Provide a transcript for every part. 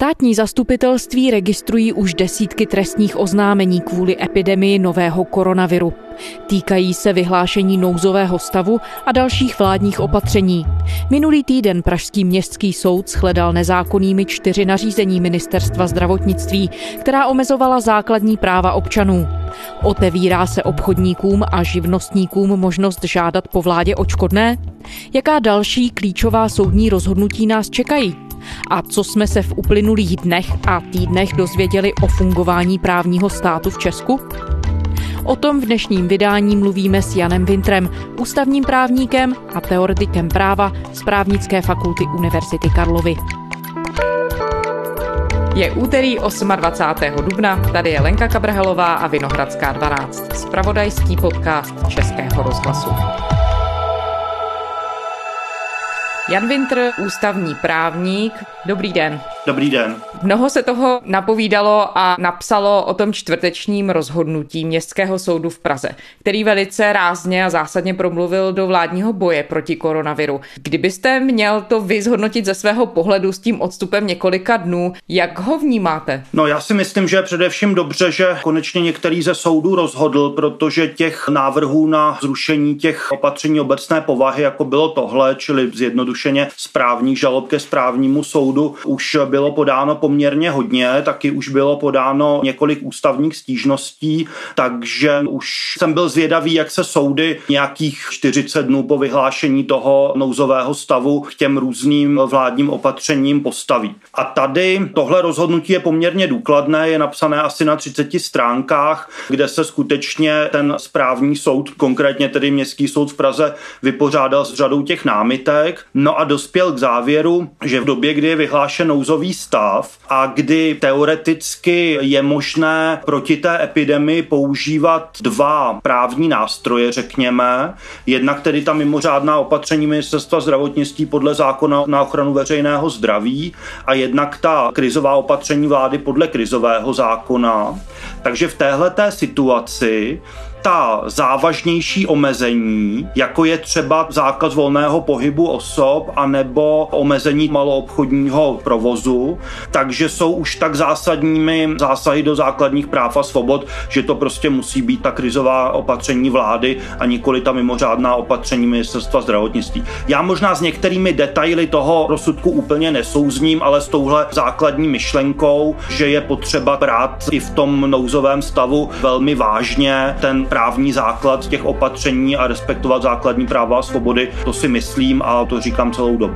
Státní zastupitelství registrují už desítky trestních oznámení kvůli epidemii nového koronaviru. Týkají se vyhlášení nouzového stavu a dalších vládních opatření. Minulý týden pražský městský soud shledal nezákonnými 4 nařízení ministerstva zdravotnictví, která omezovala základní práva občanů. Otevírá se obchodníkům a živnostníkům možnost žádat po vládě odškodné? Jaká další klíčová soudní rozhodnutí nás čekají? A co jsme se v uplynulých dnech a týdnech dozvěděli o fungování právního státu v Česku? O tom v dnešním vydání mluvíme s Janem Wintrem, ústavním právníkem a teoretikem práva z Právnické fakulty Univerzity Karlovy. Je úterý 28. dubna, tady je Lenka Kabrhelová a Vinohradská 12, zpravodajský podcast Českého rozhlasu. Jan Wintr, ústavní právník. Dobrý den. Dobrý den. Mnoho se toho napovídalo a napsalo o tom čtvrtečním rozhodnutí Městského soudu v Praze, který velice rázně a zásadně promluvil do vládního boje proti koronaviru. Kdybyste měl to vy zhodnotit ze svého pohledu s tím odstupem několika dnů, jak ho vnímáte? No, já si myslím, že je především dobře, že konečně některý ze soudů rozhodl, protože těch návrhů na zrušení těch opatření obecné povahy, jako bylo tohle, čili zjednodušeně správních žalob ke správnímu soudu, už bylo podáno poměrně hodně, taky už bylo podáno několik ústavních stížností, takže už jsem byl zvědavý, jak se soudy nějakých 40 dnů po vyhlášení toho nouzového stavu k těm různým vládním opatřením postaví. A tady tohle rozhodnutí je poměrně důkladné, je napsané asi na 30 stránkách, kde se skutečně ten správní soud, konkrétně tedy Městský soud v Praze, vypořádal s řadou těch námitek, no a dospěl k závěru, že v době, kdy je vyhlášen nouzový stav a kdy teoreticky je možné proti té epidemii používat 2 právní nástroje, řekněme. Jednak tedy ta mimořádná opatření ministerstva zdravotnictví podle zákona na ochranu veřejného zdraví a jednak ta krizová opatření vlády podle krizového zákona. Takže v téhleté situaci ta závažnější omezení, jako je třeba zákaz volného pohybu osob anebo omezení maloobchodního provozu, takže jsou už tak zásadními zásahy do základních práv a svobod, že to prostě musí být ta krizová opatření vlády a nikoli ta mimořádná opatření ministerstva zdravotnictví. Já možná s některými detaily toho rozsudku úplně nesouzním, ale s touhle základní myšlenkou, že je potřeba brát i v tom nouzovém stavu velmi vážně ten právní základ těch opatření a respektovat základní práva a svobody, to si myslím a to říkám celou dobu.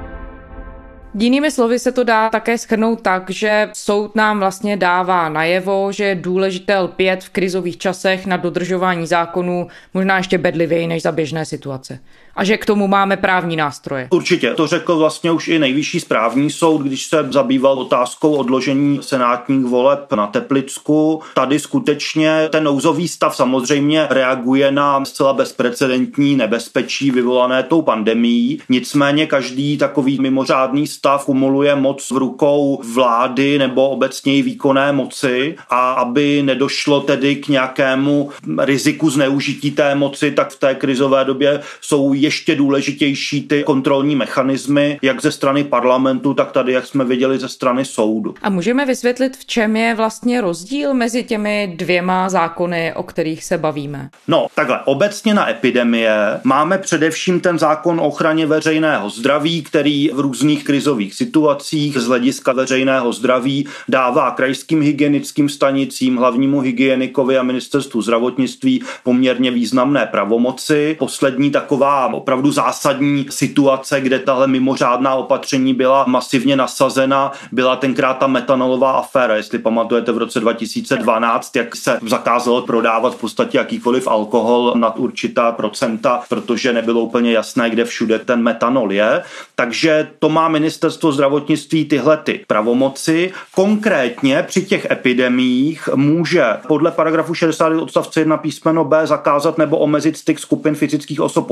Jinými slovy se to dá také shrnout tak, že soud nám vlastně dává najevo, že je důležité lpět v krizových časech na dodržování zákonů možná ještě bedlivěji než za běžné situace. A že k tomu máme právní nástroje. Určitě, to řekl vlastně už i Nejvyšší správní soud, když se zabýval otázkou odložení senátních voleb na Teplicku. Tady skutečně ten nouzový stav samozřejmě reaguje na zcela bezprecedentní nebezpečí vyvolané tou pandemií. Nicméně každý takový mimořádný stav kumuluje moc v rukou vlády nebo obecněji výkonné moci a aby nedošlo tedy k nějakému riziku zneužití té moci, tak v té krizové době jsou ještě důležitější ty kontrolní mechanismy, jak ze strany parlamentu, tak tady, jak jsme viděli, ze strany soudu. A můžeme vysvětlit, v čem je vlastně rozdíl mezi těmi 2 zákony, o kterých se bavíme? No, takhle, obecně na epidemie máme především ten zákon o ochraně veřejného zdraví, který v různých krizových situacích z hlediska veřejného zdraví dává krajským hygienickým stanicím, hlavnímu hygienikovi a ministerstvu zdravotnictví poměrně významné pravomoci. Poslední taková opravdu zásadní situace, kde tahle mimořádná opatření byla masivně nasazena, byla tenkrát ta metanolová aféra, jestli pamatujete v roce 2012, jak se zakázalo prodávat v podstatě jakýkoliv alkohol nad určitá procenta, protože nebylo úplně jasné, kde všude ten metanol je. Takže to má ministerstvo zdravotnictví tyhle ty pravomoci. Konkrétně při těch epidemiích může podle paragrafu 60 odstavce 1 písmeno B zakázat nebo omezit styk skupin fyzických osob podezřelých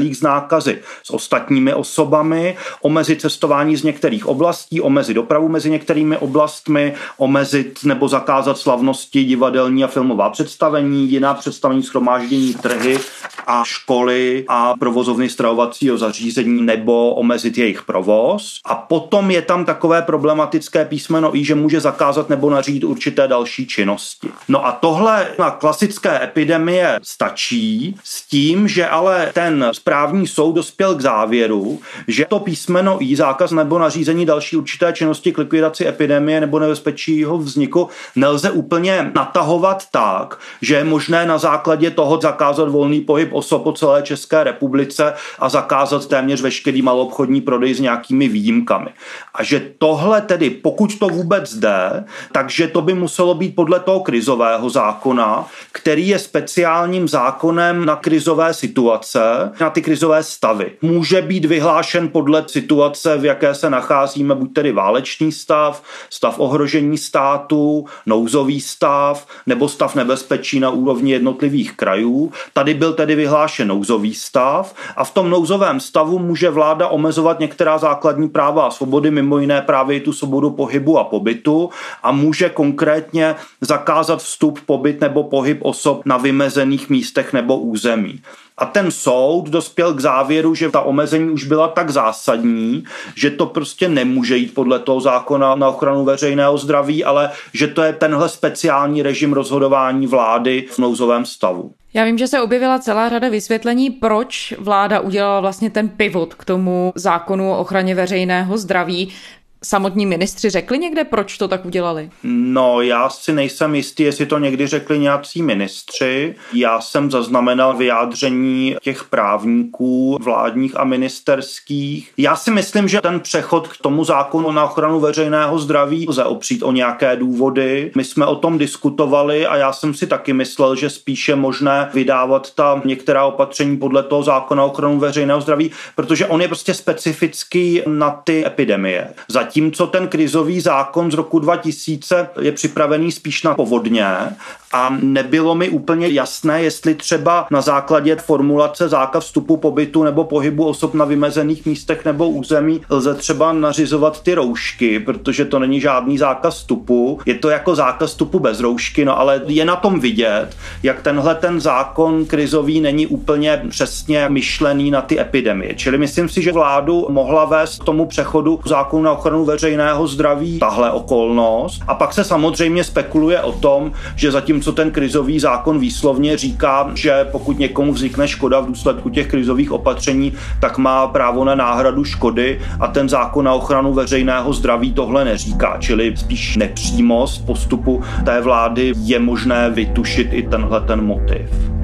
souvislých s nákazy s ostatními osobami, omezit cestování z některých oblastí, omezit dopravu mezi některými oblastmi, omezit nebo zakázat slavnosti, divadelní a filmová představení, jiná představení, shromáždění, trhy a školy a provozovny stravovacího zařízení nebo omezit jejich provoz. A potom je tam takové problematické písmeno I, že může zakázat nebo nařídit určité další činnosti. No a tohle na klasické epidemie stačí s tím, že ale ten správní soud dospěl k závěru, že to písmeno I, zákaz nebo nařízení další určité činnosti k likvidaci epidemie nebo nebezpečího vzniku, nelze úplně natahovat tak, že je možné na základě toho zakázat volný pohyb osob po celé České republice a zakázat téměř veškerý maloobchodní prodej s nějakými výjimkami. A že tohle tedy, pokud to vůbec jde, takže to by muselo být podle toho krizového zákona, který je speciálním zákonem na krizové situace, na ty krizové stavy. Může být vyhlášen podle situace, v jaké se nacházíme, buď tedy válečný stav, stav ohrožení státu, nouzový stav nebo stav nebezpečí na úrovni jednotlivých krajů. Tady byl tedy vyhlášen nouzový stav a v tom nouzovém stavu může vláda omezovat některá základní práva a svobody, mimo jiné právě i tu svobodu pohybu a pobytu a může konkrétně zakázat vstup, pobyt nebo pohyb osob na vymezených místech nebo území. A ten soud dospěl k závěru, že ta omezení už byla tak zásadní, že to prostě nemůže jít podle toho zákona na ochranu veřejného zdraví, ale že to je tenhle speciální režim rozhodování vlády v nouzovém stavu. Já vím, že se objevila celá řada vysvětlení, proč vláda udělala vlastně ten pivot k tomu zákonu o ochraně veřejného zdraví. Samotní ministři řekli někde, proč to tak udělali? No, já si nejsem jistý, jestli to někdy řekli nějací ministři. Já jsem zaznamenal vyjádření těch právníků vládních a ministerských. Já si myslím, že ten přechod k tomu zákonu na ochranu veřejného zdraví lze opřít o nějaké důvody. My jsme o tom diskutovali a já jsem si taky myslel, že spíše možné vydávat ta některá opatření podle toho zákona o ochranu veřejného zdraví, protože on je prostě specifický na ty epidemie. Zatímco ten krizový zákon z roku 2000 je připravený spíš na povodně a nebylo mi úplně jasné, jestli třeba na základě formulace zákaz vstupu, pobytu nebo pohybu osob na vymezených místech nebo území lze třeba nařizovat ty roušky, protože to není žádný zákaz vstupu. Je to jako zákaz vstupu bez roušky, no ale je na tom vidět, jak tenhle ten zákon krizový není úplně přesně myšlený na ty epidemie. Čili myslím si, že vládu mohla vést k tomu přechodu k zákonu na ochranu veřejného zdraví tahle okolnost. A pak se samozřejmě spekuluje o tom, že zatímco ten krizový zákon výslovně říká, že pokud někomu vznikne škoda v důsledku těch krizových opatření, tak má právo na náhradu škody a ten zákon na ochranu veřejného zdraví tohle neříká. Čili spíš nepřímo z postupu té vlády je možné vytušit i tenhle ten motiv.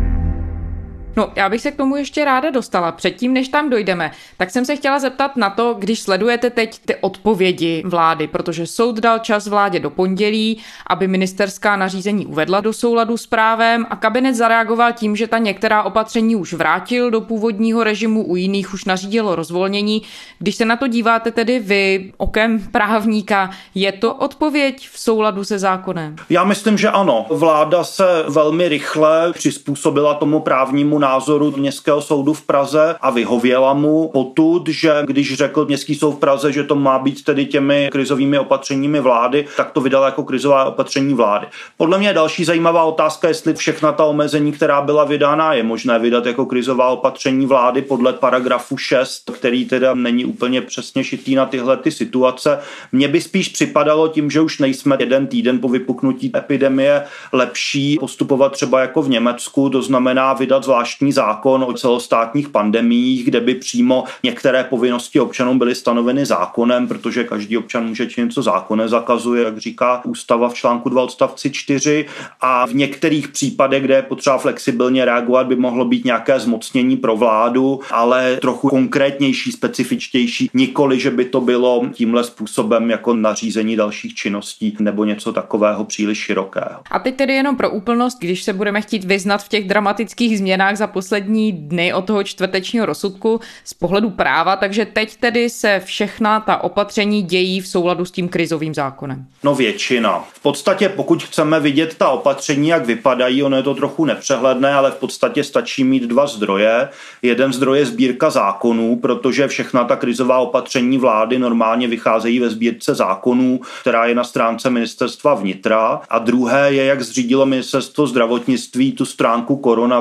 No, já bych se k tomu ještě ráda dostala. Předtím, než tam dojdeme, tak jsem se chtěla zeptat na to, když sledujete teď ty odpovědi vlády, protože soud dal čas vládě do pondělí, aby ministerská nařízení uvedla do souladu s právem a kabinet zareagoval tím, že ta některá opatření už vrátil do původního režimu, u jiných už nařídilo rozvolnění. Když se na to díváte tedy vy, okem právníka, je to odpověď v souladu se zákonem? Já myslím, že ano. Vláda se velmi rychle přizpůsobila tomu právnímu názoru Městského soudu v Praze a vyhověla mu potud, že když řekl Městský soud v Praze, že to má být tedy těmi krizovými opatřeními vlády, tak to vydala jako krizová opatření vlády. Podle mě je další zajímavá otázka, jestli všechna ta omezení, která byla vydána, je možné vydat jako krizová opatření vlády podle paragrafu 6, který teda není úplně přesně šitý na tyhle ty situace. Mně by spíš připadalo tím, že už nejsme jeden týden po vypuknutí epidemie, lepší postupovat třeba jako v Německu, to znamená vydat zvláštní zákon o celostátních pandemiích, kde by přímo některé povinnosti občanům byly stanoveny zákonem, protože každý občan může činit, co zákon nezakazuje, jak říká ústava v článku 2 odstavci 4, a v některých případech, kde je potřeba flexibilně reagovat, by mohlo být nějaké zmocnění pro vládu, ale trochu konkrétnější, specifičtější, nikoli, že by to bylo tímhle způsobem jako nařízení dalších činností nebo něco takového příliš širokého. A teď tedy jenom pro úplnost, když se budeme chtít vyznat v těch dramatických změnách za poslední dny od toho čtvrtečního rozsudku z pohledu práva, takže teď tedy se všechna ta opatření dějí v souladu s tím krizovým zákonem. No většina. V podstatě pokud chceme vidět ta opatření, jak vypadají, ono je to trochu nepřehledné, ale v podstatě stačí mít dva zdroje. Jeden zdroj je sbírka zákonů, protože všechna ta krizová opatření vlády normálně vycházejí ve sbírce zákonů, která je na stránce Ministerstva vnitra. A druhé je, jak zřídilo Ministerstvo zdravotnictví tu stránku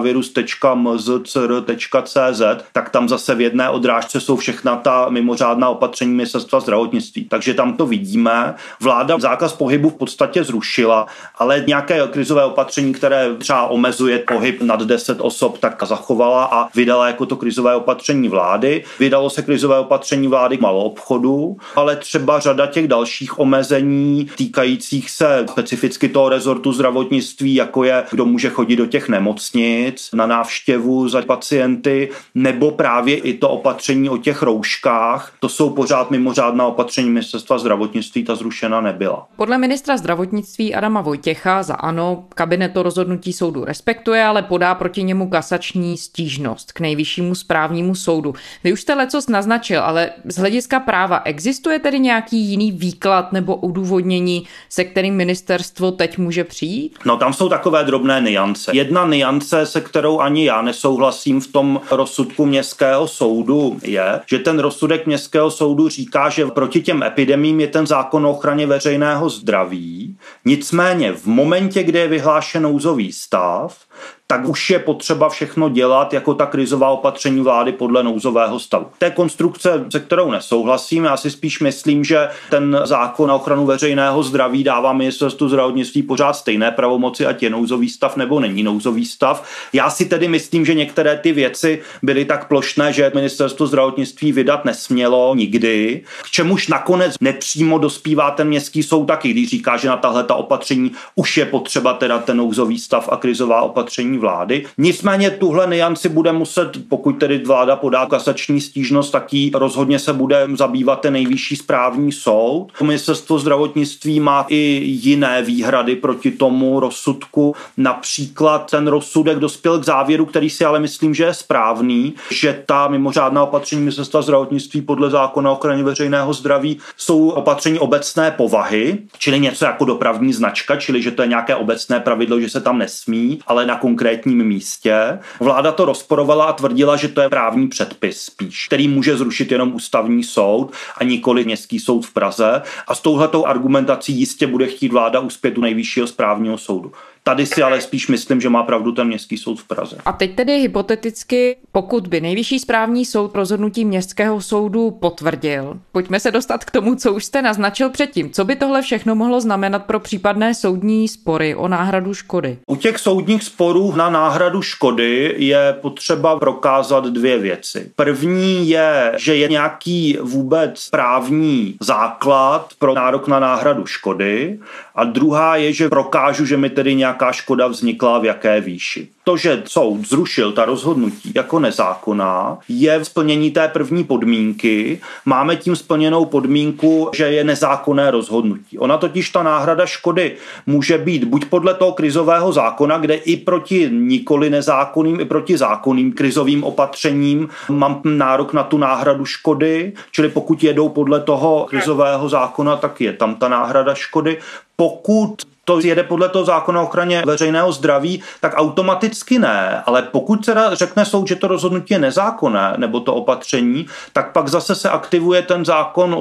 coronavirus.mzcr.cz, tak tam zase v jedné odrážce jsou všechna ta mimořádná opatření Ministerstva zdravotnictví. Takže tam to vidíme. Vláda zákaz pohybu v podstatě zrušila, ale nějaké krizové opatření, které třeba omezuje pohyb nad 10 osob, tak zachovala a vydala jako to krizové opatření vlády. Vydalo se krizové opatření vlády k maloobchodu, ale třeba řada těch dalších omezení týkajících se specificky toho rezortu zdravotnictví, jako je, kdo může chodit do těch nemocnic na návštěvu za pacienty, nebo právě i to opatření o těch rouškách. To jsou pořád mimořádná opatření Ministerstva zdravotnictví, ta zrušena nebyla. Podle ministra zdravotnictví Adama Vojtěcha za ANO kabinet to rozhodnutí soudu respektuje, ale podá proti němu kasační stížnost k Nejvyššímu správnímu soudu. Vy už jste lecos naznačil, ale z hlediska práva existuje tedy nějaký jiný výklad nebo udůvodnění, se kterým ministerstvo teď může přijít? No tam jsou takové drobné nuance. Jedna nuance, se kterou ani já nesouhlasím v tom rozsudku Městského soudu, je, že ten rozsudek Městského soudu říká, že proti těm epidemím je ten zákon o ochraně veřejného zdraví. Nicméně v momentě, kdy je vyhlášen nouzový stav, tak už je potřeba všechno dělat jako ta krizová opatření vlády podle nouzového stavu. To je konstrukce, se kterou nesouhlasím. Já si spíš myslím, že ten zákon na ochranu veřejného zdraví dává Ministerstvu zdravotnictví pořád stejné pravomoci, ať je nouzový stav nebo není nouzový stav. Já si tedy myslím, že některé ty věci byly tak plošné, že Ministerstvo zdravotnictví vydat nesmělo nikdy, k čemuž nakonec nepřímo dospívá ten městský soud taky, když říká, že na tahle ta opatření už je potřeba teda ten nouzový stav a krizová opatření vlády. Nicméně tuhle nuanci bude muset, pokud tedy vláda podá kasační stížnost, tak jí rozhodně se bude zabývat ten Nejvyšší správní soud. Ministerstvo zdravotnictví má i jiné výhrady proti tomu rozsudku. Například ten rozsudek dospěl k závěru, který si ale myslím, že je správný, že ta mimořádná opatření Ministerstva zdravotnictví podle zákona o ochraně veřejného zdraví jsou opatření obecné povahy, čili něco jako dopravní značka, čili že to je nějaké obecné pravidlo, že se tam nesmí, ale na konkrétním místě. Vláda to rozporovala a tvrdila, že to je právní předpis spíš, který může zrušit jenom ústavní soud a nikoli Městský soud v Praze. A s touhletou argumentací jistě bude chtít vláda uspět u Nejvyššího správního soudu. Tady si ale spíš myslím, že má pravdu ten Městský soud v Praze. A teď tedy hypoteticky, pokud by Nejvyšší správní soud rozhodnutí Městského soudu potvrdil, pojďme se dostat k tomu, co už jste naznačil předtím. Co by tohle všechno mohlo znamenat pro případné soudní spory o náhradu škody? U těch soudních sporů na náhradu škody je potřeba prokázat dvě věci. První je, že je nějaký vůbec právní základ pro nárok na náhradu škody, a druhá je, že prokážu, že mi tedy nějaká škoda vznikla v jaké výši. To, že soud zrušil ta rozhodnutí jako nezákonná, je v splnění té první podmínky. Máme tím splněnou podmínku, že je nezákonné rozhodnutí. Ona totiž ta náhrada škody může být buď podle toho krizového zákona, kde i proti nikoli nezákonným, i proti zákonným krizovým opatřením mám nárok na tu náhradu škody, čili pokud jedou podle toho krizového zákona, tak je tam ta náhrada škody. Pokud to jede podle toho zákona o ochraně veřejného zdraví, tak automaticky ne, ale pokud se řekne soud, že to rozhodnutí je nezákonné, nebo to opatření, tak pak zase se aktivuje ten zákon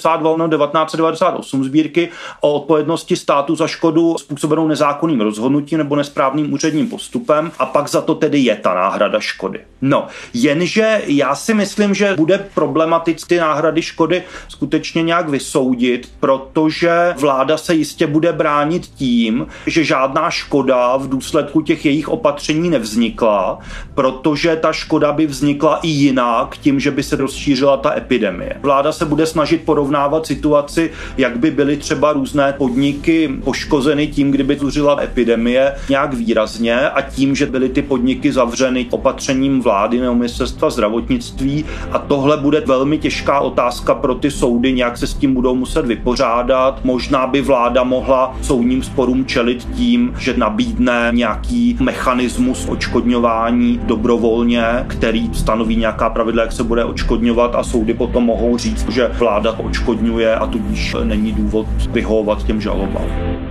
82/1998 sbírky o odpovědnosti státu za škodu způsobenou nezákonným rozhodnutím nebo nesprávným úředním postupem a pak za to tedy je ta náhrada škody. No, jenže já si myslím, že bude problematické náhrady škody skutečně nějak vysoudit, protože vláda se jistě bude bránit tím, že žádná škoda v důsledku těch jejich opatření nevznikla, protože ta škoda by vznikla i jinak tím, že by se rozšířila ta epidemie. Vláda se bude snažit porovnávat situaci, jak by byly třeba různé podniky poškozeny tím, kdyby zuřila epidemie nějak výrazně a tím, že byly ty podniky zavřeny opatřením vlády nebo Ministerstva zdravotnictví a tohle bude velmi těžká otázka pro ty soudy, nějak se s tím budou muset vypořádat. Možná by vláda mohla soudním sporům čelit tím, že nabídne nějaký mechanismus odškodňování dobrovolně, který stanoví nějaká pravidla, jak se bude odškodňovat, a soudy potom mohou říct, že vláda odškodňuje a tudíž není důvod vyhovovat těm žalobám.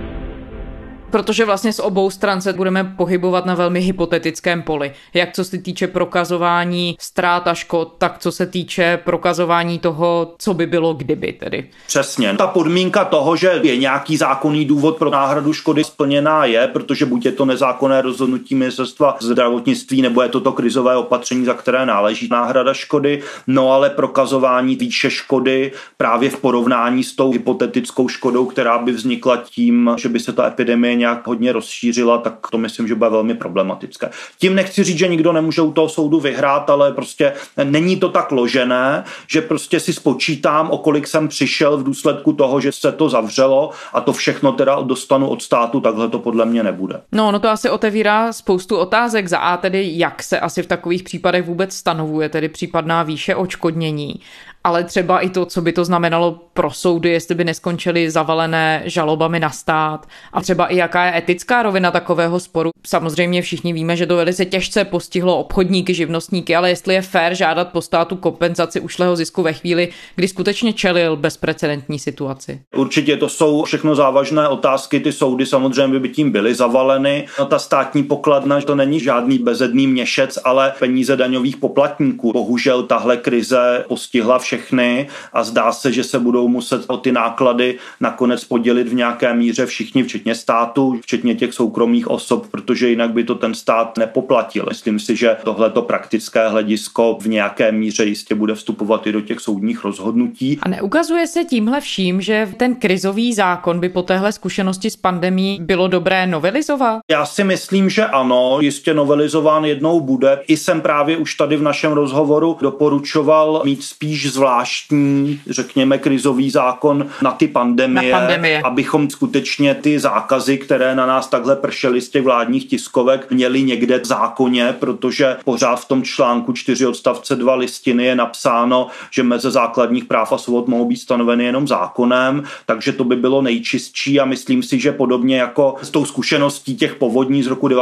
Protože vlastně z obou stran se budeme pohybovat na velmi hypotetickém poli. Jak co se týče prokazování ztrát a škod, tak co se týče prokazování toho, co by bylo kdyby tedy. Přesně. Ta podmínka toho, že je nějaký zákonný důvod pro náhradu škody splněná je, protože buď je to nezákonné rozhodnutí ministerstva zdravotnictví, nebo je to krizové opatření, za které náleží náhrada škody, no ale prokazování výše škody právě v porovnání s tou hypotetickou škodou, která by vznikla tím, že by se ta epidemie nějak hodně rozšířila, tak to myslím, že bude velmi problematické. Tím nechci říct, že nikdo nemůže u toho soudu vyhrát, ale prostě není to tak ložené, že prostě si spočítám, o kolik jsem přišel v důsledku toho, že se to zavřelo a to všechno teda dostanu od státu, takhle to podle mě nebude. No, ono to asi otevírá spoustu otázek. Za A tedy, jak se asi v takových případech vůbec stanovuje tedy případná výše odškodnění. Ale třeba i to, co by to znamenalo pro soudy, jestli by neskončily zavalené žalobami na stát. A třeba i jaká je etická rovina takového sporu. Samozřejmě všichni víme, že to velice těžce postihlo obchodníky, živnostníky, ale jestli je fér žádat po státu kompenzaci ušlého zisku ve chvíli, kdy skutečně čelil bezprecedentní situaci. Určitě to jsou všechno závažné otázky, ty soudy samozřejmě by tím byly zavaleny. No, ta státní pokladna, to není žádný bezedný měšec, ale peníze daňových poplatníků. Bohužel tahle krize postihla všechny a zdá se, že se budou muset o ty náklady nakonec podělit v nějaké míře všichni, včetně státu, včetně těch soukromých osob, protože jinak by to ten stát nepoplatil. Myslím si, že tohleto praktické hledisko v nějaké míře jistě bude vstupovat i do těch soudních rozhodnutí. A neukazuje se tímhle vším, že ten krizový zákon by po téhle zkušenosti s pandemií bylo dobré novelizovat? Já si myslím, že ano, jistě novelizován jednou bude. I jsem právě už tady v našem rozhovoru doporučoval mít spíš zvláštní, řekněme, krizový zákon na ty pandemie, abychom skutečně ty zákazy, které na nás takhle pršely z těch vládních tiskovek, měli někde v zákoně, protože pořád v tom článku 4 odstavce 2 listiny je napsáno, že meze základních práv a svobod mohou být stanoveny jenom zákonem, takže to by bylo nejčistší a myslím si, že podobně jako s tou zkušeností těch povodní z roku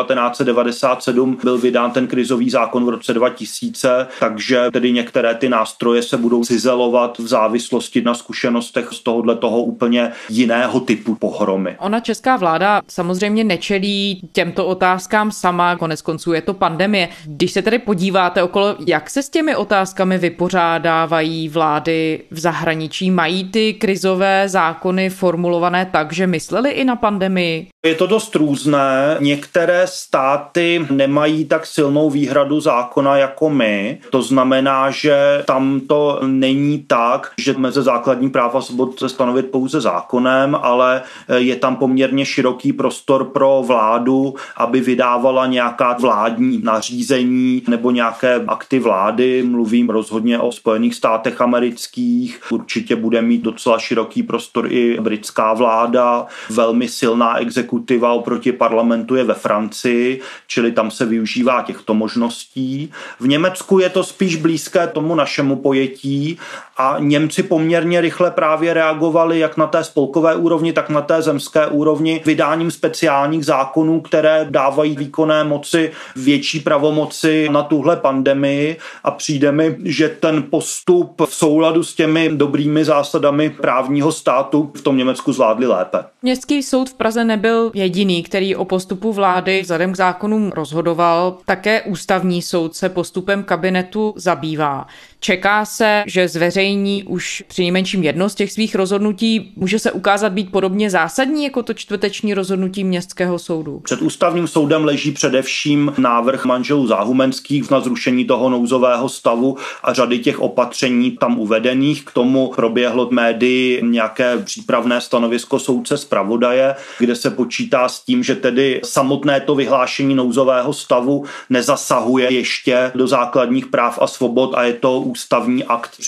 1997 byl vydán ten krizový zákon v roce 2000, takže tedy některé ty nástroje se budou cizelovat v závislosti na zkušenostech z tohoto úplně jiného typu pohromy. Ona česká vláda samozřejmě nečelí těmto otázkám sama, koneckonců je to pandemie. Když se tedy podíváte okolo, jak se s těmi otázkami vypořádávají vlády v zahraničí, mají ty krizové zákony formulované tak, že mysleli i na pandemii? Je to dost různé. Některé státy nemají tak silnou výhradu zákona jako my. To znamená, že tam to není tak, že meze základní práv a svobod se stanovit pouze zákonem, ale je tam poměrně široký prostor pro vládu, aby vydávala nějaká vládní nařízení nebo nějaké akty vlády. Mluvím rozhodně o Spojených státech amerických. Určitě bude mít docela široký prostor i britská vláda. Velmi silná exekutiva oproti parlamentu je ve Francii, čili tam se využívá těchto možností. V Německu je to spíš blízké tomu našemu pojetí a Němci poměrně rychle právě reagovali jak na té spolkové úrovni, tak na té zemské úrovni vydáním speciálních zákonů, které dávají výkonné moci větší pravomoci na tuhle pandemii a přijde mi, že ten postup v souladu s těmi dobrými zásadami právního státu v tom Německu zvládli lépe. Městský soud v Praze nebyl jediný, který o postupu vlády vzhledem k zákonům rozhodoval. Také ústavní soud se postupem kabinetu zabývá. Čeká se, že zveřejní už přinejmenším jedno z těch svých rozhodnutí. Může se ukázat být podobně zásadní jako to čtvrteční rozhodnutí městského soudu? Před ústavním soudem leží především návrh manželů Záhumenských na zrušení toho nouzového stavu a řady těch opatření tam uvedených. K tomu proběhlo v médii nějaké přípravné stanovisko soudce zpravodaje, kde se počítá s tím, že tedy samotné to vyhlášení nouzového stavu nezasahuje ještě do základních práv a svobod a je to ústavní akt předvídaný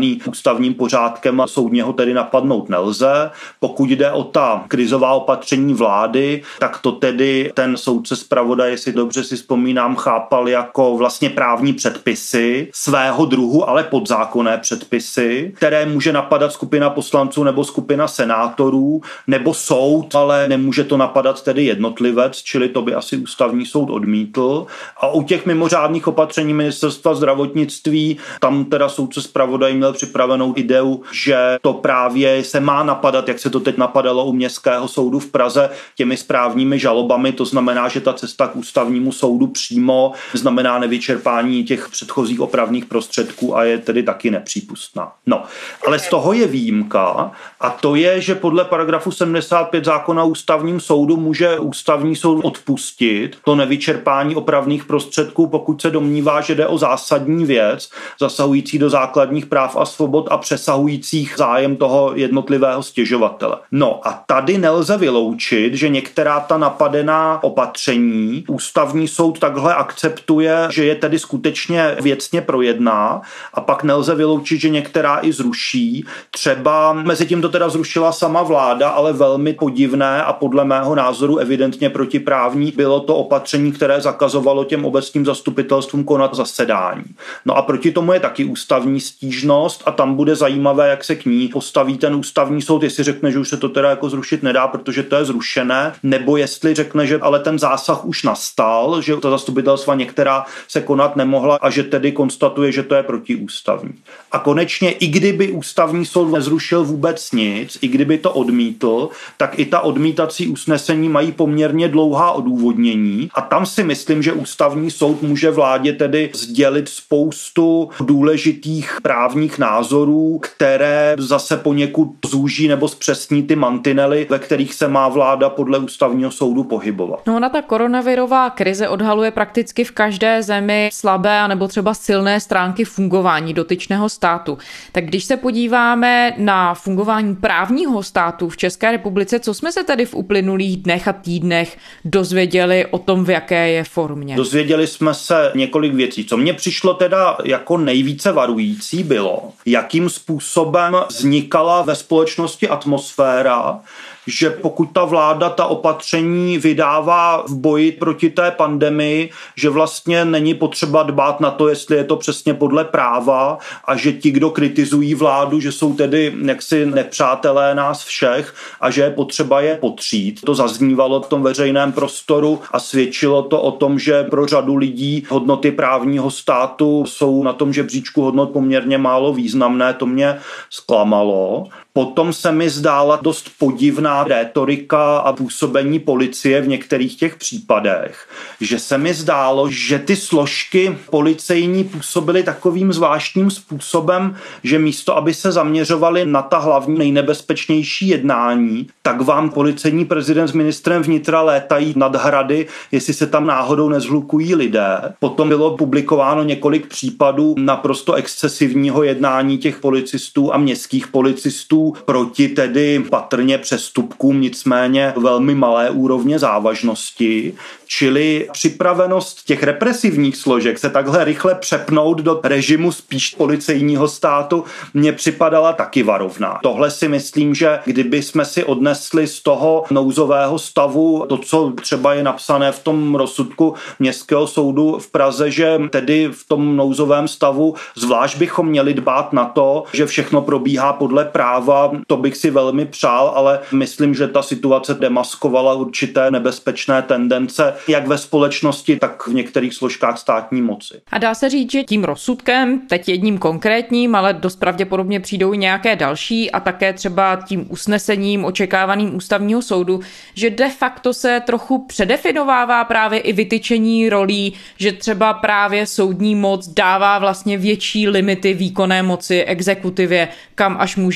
daný ústavním pořádkem a soudně ho tedy napadnout nelze. Pokud jde o ta krizová opatření vlády, tak to tedy ten soudce zpravodaj, jestli dobře si vzpomínám, chápal jako vlastně právní předpisy svého druhu, ale podzákonné předpisy, které může napadat skupina poslanců nebo skupina senátorů nebo soud, ale nemůže to napadat tedy jednotlivec, čili to by asi ústavní soud odmítl. A u těch mimořádných opatření ministerstva zdravotnictví, tam teda soudce zpravodaj měl připravenou ideu, že to právě se má napadat, jak se to teď napadalo u Městského soudu v Praze, těmi správními žalobami, to znamená, že ta cesta k ústavnímu soudu přímo znamená nevyčerpání těch předchozích opravných prostředků a je tedy taky nepřípustná. No, ale z toho je výjimka a to je, že podle paragrafu 75 zákona o ústavním soudu může ústavní soud odpustit to nevyčerpání opravných prostředků, pokud se domnívá, že jde o zásadní věc, zasahující do základních práv a svobod a přesahujících zájem toho jednotlivého stěžovatele. No a tady nelze vyloučit, že některá ta napadená opatření ústavní soud takhle akceptuje, že je tedy skutečně věcně projedná a pak nelze vyloučit, že některá i zruší. Třeba mezi tím to teda zrušila sama vláda, ale velmi podivné a podle mého názoru evidentně protiprávní bylo to opatření, které zakazovalo těm obecním zastupitelstvům konat zasedání. No a proti tomu je taky ústavní stížnost a tam bude zajímavé, jak se k ní postaví ten ústavní soud, jestli řekne, že už se to teda jako zrušit nedá, protože to je zrušené, nebo jestli řekne, že ale ten zásah už nastal, že ta zastupitelstva některá se konat nemohla a že tedy konstatuje, že to je protiústavní. A konečně, i kdyby ústavní soud nezrušil vůbec nic, i kdyby to odmítl, tak i ta odmítací usnesení mají poměrně dlouhá odůvodnění a tam si myslím, že ústavní soud může vládě tedy sdělit spoustu důležitých právních názorů, které zase poněkud zúží nebo zpřesní ty mantinely, ve kterých se má vláda podle ústavního soudu pohybovat. No, ona ta koronavirová krize odhaluje prakticky v každé zemi slabé a nebo třeba silné stránky fungování dotyčného státu. Tak když se podíváme na fungování právního státu v České republice, co jsme se tedy v uplynulých dnech a týdnech dozvěděli o tom, v jaké je formě? Dozvěděli jsme se několik věcí. Co mně přišlo teda jako nejvíce varující bylo, jakým způsobem vznikala ve společnosti atmosféra, že pokud ta vláda ta opatření vydává v boji proti té pandemii, že vlastně není potřeba dbát na to, jestli je to přesně podle práva a že ti, kdo kritizují vládu, že jsou tedy jaksi nepřátelé nás všech a že je potřeba je potřít. To zaznívalo v tom veřejném prostoru a svědčilo to o tom, že pro řadu lidí hodnoty právního státu jsou na tom žebříčku hodnot poměrně málo významné. To mě zklamalo. Potom se mi zdála dost podivná rétorika a působení policie v některých těch případech, že se mi zdálo, že ty složky policejní působily takovým zvláštním způsobem, že místo, aby se zaměřovali na ta hlavní nejnebezpečnější jednání, tak vám policejní prezident s ministrem vnitra létají nad hrady, jestli se tam náhodou nezhlukují lidé. Potom bylo publikováno několik případů naprosto excesivního jednání těch policistů a městských policistů proti tedy patrně přestupkům, nicméně velmi malé úrovně závažnosti, čili připravenost těch represivních složek se takhle rychle přepnout do režimu spíš policejního státu mně připadala taky varovná. Tohle si myslím, že kdyby jsme si odnesli z toho nouzového stavu to, co třeba je napsané v tom rozsudku Městského soudu v Praze, že tedy v tom nouzovém stavu zvlášť bychom měli dbát na to, že všechno probíhá podle práva, to bych si velmi přál, ale myslím, že ta situace demaskovala určité nebezpečné tendence jak ve společnosti, tak v některých složkách státní moci. A dá se říct, že tím rozsudkem, teď jedním konkrétním, ale dost pravděpodobně přijdou i nějaké další a také třeba tím usnesením očekávaným ústavního soudu, že de facto se trochu předefinovává právě i vytyčení rolí, že třeba právě soudní moc dává vlastně větší limity výkonné moci exekutivě, kam až může dojít,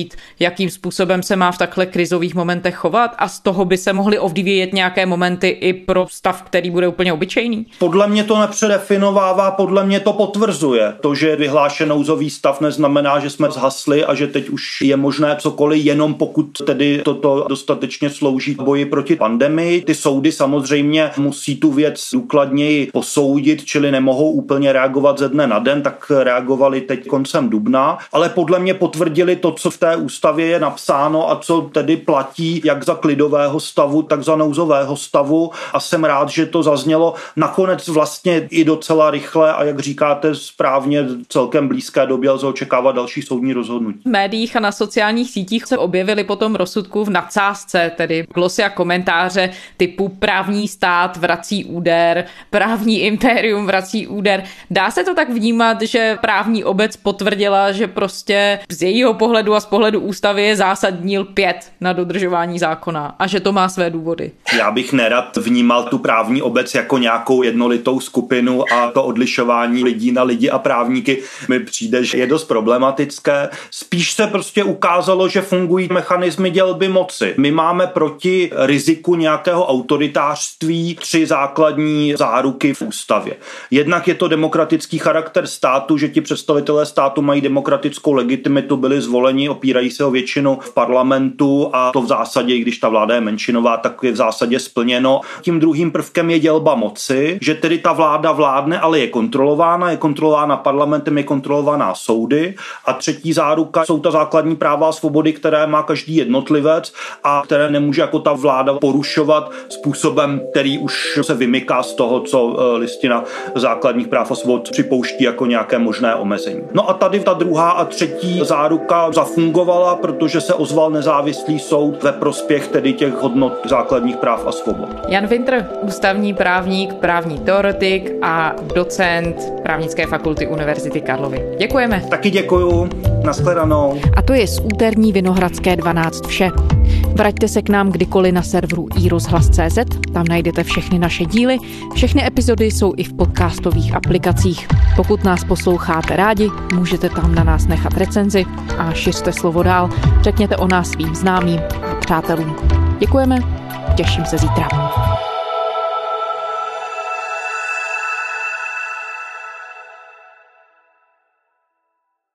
převzít, jakým způsobem se má v takhle krizových momentech chovat a z toho by se mohly ovlivnit nějaké momenty i pro stav, který bude úplně obyčejný? Podle mě to nepředefinovává, podle mě to potvrzuje. To, že je vyhlášen nouzový stav, neznamená, že jsme zhasli a že teď už je možné cokoliv, jenom pokud tedy toto dostatečně slouží boji proti pandemii. Ty soudy samozřejmě musí tu věc důkladněji posoudit, čili nemohou úplně reagovat ze dne na den, tak reagovali teď koncem dubna, ale podle mě potvrdili to, co v té ústavě je napsáno a co tedy platí jak za klidového stavu, tak za nouzového stavu a jsem rád, že to zaznělo nakonec vlastně i docela rychle a jak říkáte správně celkem blízké době lze očekávat další soudní rozhodnutí. V médiích a na sociálních sítích se objevily potom rozsudku v nadsázce, tedy glosy a komentáře typu právní stát vrací úder, právní impérium vrací úder. Dá se to tak vnímat, že právní obec potvrdila, že prostě z jejího pohledu a z pohledu ústavy je zásadní lpět na dodržování zákona a že to má své důvody? Já bych nerad vnímal tu právní obec jako nějakou jednolitou skupinu a to odlišování lidí na lidi a právníky mi přijde, že je dost problematické. Spíš se prostě ukázalo, že fungují mechanismy dělby moci. My máme proti riziku nějakého autoritářství 3 základní záruky v ústavě. Jednak je to demokratický charakter státu, že ti představitelé státu mají demokratickou legitimitu, byli zvoleni, opírají se o většinu v parlamentu a to v zásadě, i když ta vláda je menšinová, tak je v zásadě splněno. Tím druhým prvkem je dělba moci, že tedy ta vláda vládne, ale je kontrolována parlamentem, je kontrolovaná soudy. A třetí záruka jsou ta základní práva a svobody, které má každý jednotlivec a které nemůže jako ta vláda porušovat způsobem, který už se vymyká z toho, co listina základních práv a svobod připouští jako nějaké možné omezení. No a tady ta druhá a třetí záruka zafungovala, protože se ozval nezávislý soud ve prospěch tedy těch hodnot základních práv a svobod. Jan Wintr, ústavní právník, právní teoretik a docent Právnické fakulty Univerzity Karlovy. Děkujeme. Taky děkuju. Nashledanou. A to je z úterní Vinohradské 12 vše. Vraťte se k nám kdykoliv na serveru iRozhlas.cz, tam najdete všechny naše díly, všechny epizody jsou i v podcastových aplikacích. Pokud nás posloucháte rádi, můžete tam na nás nechat recenzi a šiřte slovo dál, řekněte o nás svým známým a přátelům. Děkujeme, těším se zítra.